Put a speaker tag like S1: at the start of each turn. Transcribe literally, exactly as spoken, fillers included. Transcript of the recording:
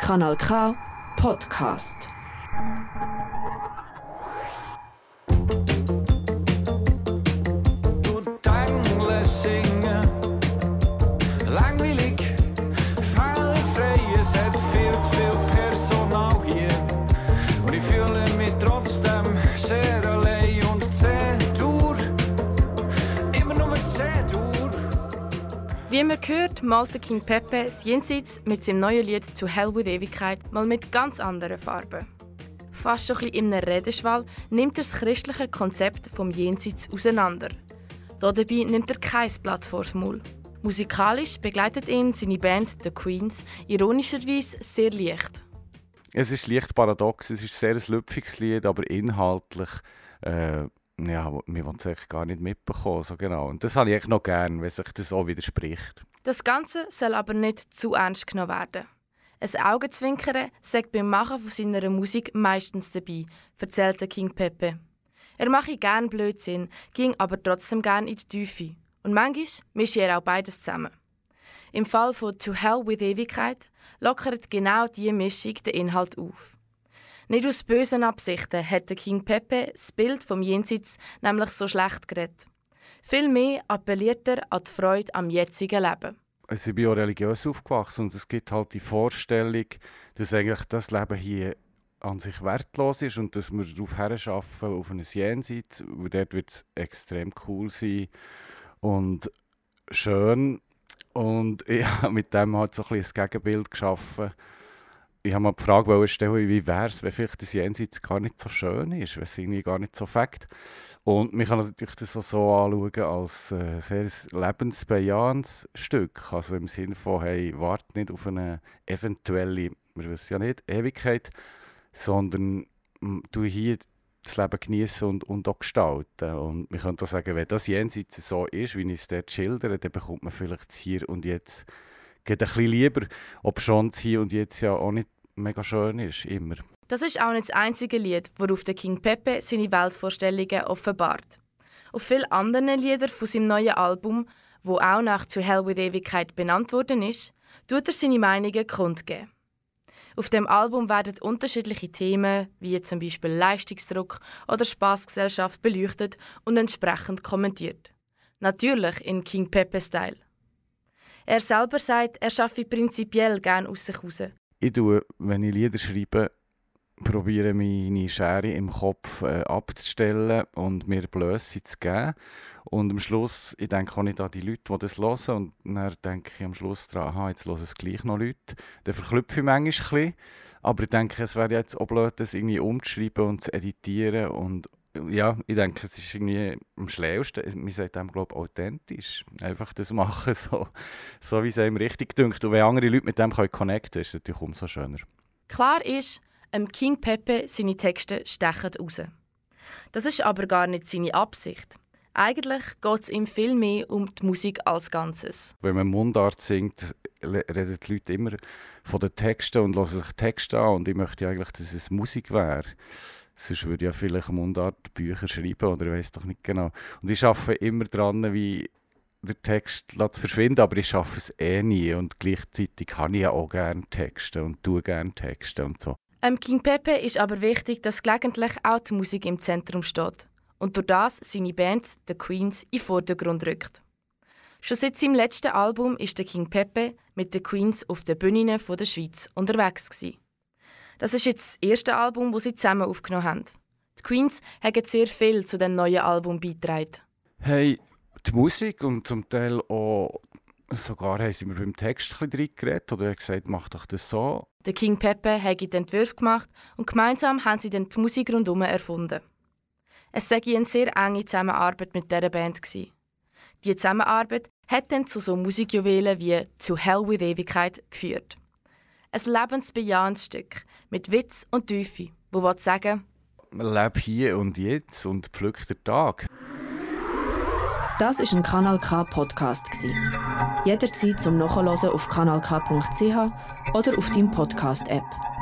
S1: Kanal K Podcast.
S2: Wie man hört, malte King Pepe das Jenseits mit seinem neuen Lied «To Hell with Ewigkeit» mal mit ganz anderen Farben. Fast schon ein bisschen in einem Redeschwall nimmt er das christliche Konzept vom Jenseits auseinander. Dabei nimmt er kein Blatt vors Maul. Musikalisch begleitet ihn seine Band «The Queens» ironischerweise sehr leicht.
S3: Es ist leicht paradox, es ist sehr ein lüpfiges Lied, aber inhaltlich äh ja, wir wollen es eigentlich gar nicht mitbekommen, so genau. Und das habe ich eigentlich noch gerne, wenn sich das auch widerspricht.
S2: Das Ganze soll aber nicht zu ernst genommen werden. Ein Augenzwinkern sagt beim Machen von seiner Musik meistens dabei, erzählte King Pepe. Er mache gerne Blödsinn, ging aber trotzdem gerne in die Tiefe. Und manchmal mische er auch beides zusammen. Im Fall von «To Hell with Ewigkeit» lockert genau diese Mischung den Inhalt auf. Nicht aus bösen Absichten hat King Pepe das Bild vom Jenseits nämlich so schlecht geredet. Vielmehr appelliert er an die Freude am jetzigen Leben.
S3: Also ich bin auch religiös aufgewachsen und es gibt halt die Vorstellung, dass eigentlich das Leben hier an sich wertlos ist und dass wir darauf hinschaffen, auf ein Jenseits, weil dort wird es extrem cool sein und schön. Und ich habe mit dem halt so ein bisschen ein Gegenbild geschaffen. Ich habe mal die Frage stellen, wie wäre es, wenn vielleicht das Jenseits gar nicht so schön ist, wenn es irgendwie gar nicht so fängt. Und man kann natürlich das auch so anschauen als äh, sehr lebensbejahendes Stück. Also im Sinne von, hey, warte nicht auf eine eventuelle, wir wissen ja nicht, Ewigkeit, sondern du hier das Leben genießen und, und auch gestalten. Und man könnte auch sagen, wenn das Jenseits so ist, wie ich es dort schildere, dann bekommt man vielleicht das Hier und Jetzt geht ein bisschen lieber, ob schon das Hier und Jetzt ja auch nicht mega schön ist, immer.
S2: Das ist auch nicht das einzige Lied, worauf der King Pepe seine Weltvorstellungen offenbart. Auf vielen anderen Liedern von seinem neuen Album, wo auch nach «To Hell with Ewigkeit» benannt worden ist, tut er seine Meinungen kundgeben. Auf dem Album werden unterschiedliche Themen, wie zum Beispiel Leistungsdruck oder Spaßgesellschaft, beleuchtet und entsprechend kommentiert. Natürlich in King Pepe-Style. Er selber sagt, er schaffe prinzipiell gerne aus sich heraus.
S3: Ich tue, wenn ich Lieder schreibe, probiere meine Schere im Kopf äh, abzustellen und mir Blöße zu geben. Und am Schluss, ich denke auch nicht an die Leute, die das hören. Und dann denke ich am Schluss daran, aha, jetzt hören es gleich noch Leute. Dann verklüpfe ich manchmal ein bisschen. Aber ich denke, es wäre jetzt auch blöd, das irgendwie umzuschreiben und zu editieren. Und ja, ich denke, es ist irgendwie am schlausten. Man sagt dem, glaube ich, authentisch. Einfach das machen, so, so wie es einem richtig dünkt. Und wenn andere Leute mit dem connecten können, ist es natürlich umso schöner.
S2: Klar ist, ähm, King Pepe seine Texte stechen raus. Das ist aber gar nicht seine Absicht. Eigentlich geht es ihm viel mehr um die Musik als Ganzes.
S3: Wenn man Mundart singt, reden die Leute immer von den Texten und hören sich Texte an. Und ich möchte eigentlich, dass es Musik wäre. Sonst würde ich ja vielleicht Mundart Bücher schreiben oder ich weiss doch nicht genau. Und ich arbeite immer daran, wie den Text zu verschwinden, aber ich schaffe es eh nie. Und gleichzeitig kann ich ja auch gerne Texte und tue gerne Texte und so.
S2: Ähm, King Pepe ist aber wichtig, dass gelegentlich auch die Musik im Zentrum steht. Und durch das seine Band «The Queens» in den Vordergrund rückt. Schon seit seinem letzten Album ist der King Pepe mit «The Queens» auf den Bühnen der Schweiz unterwegs gewesen. Das ist jetzt das erste Album, das sie zusammen aufgenommen haben. Die Queens haben sehr viel zu dem neuen Album beigetragen.
S3: Hey, die Musik und zum Teil auch, sogar haben sie mir beim Text ein bisschen reingeredet oder haben gesagt, mach doch das so.
S2: Der King Pepe hat den Entwurf gemacht und gemeinsam haben sie dann die Musik rundherum erfunden. Es war eine sehr enge Zusammenarbeit mit dieser Band. Diese Zusammenarbeit hat dann zu so Musikjuwelen wie «To Hell with Ewigkeit» geführt. Ein lebensbejahendes Stück mit Witz und Tiefe, wo sagen will,
S3: lebe hier und jetzt und pflück den Tag.
S1: Das war ein Kanal K Podcast. Jederzeit zum Nachhören auf kanal k punkt c h oder auf deinem Podcast-App.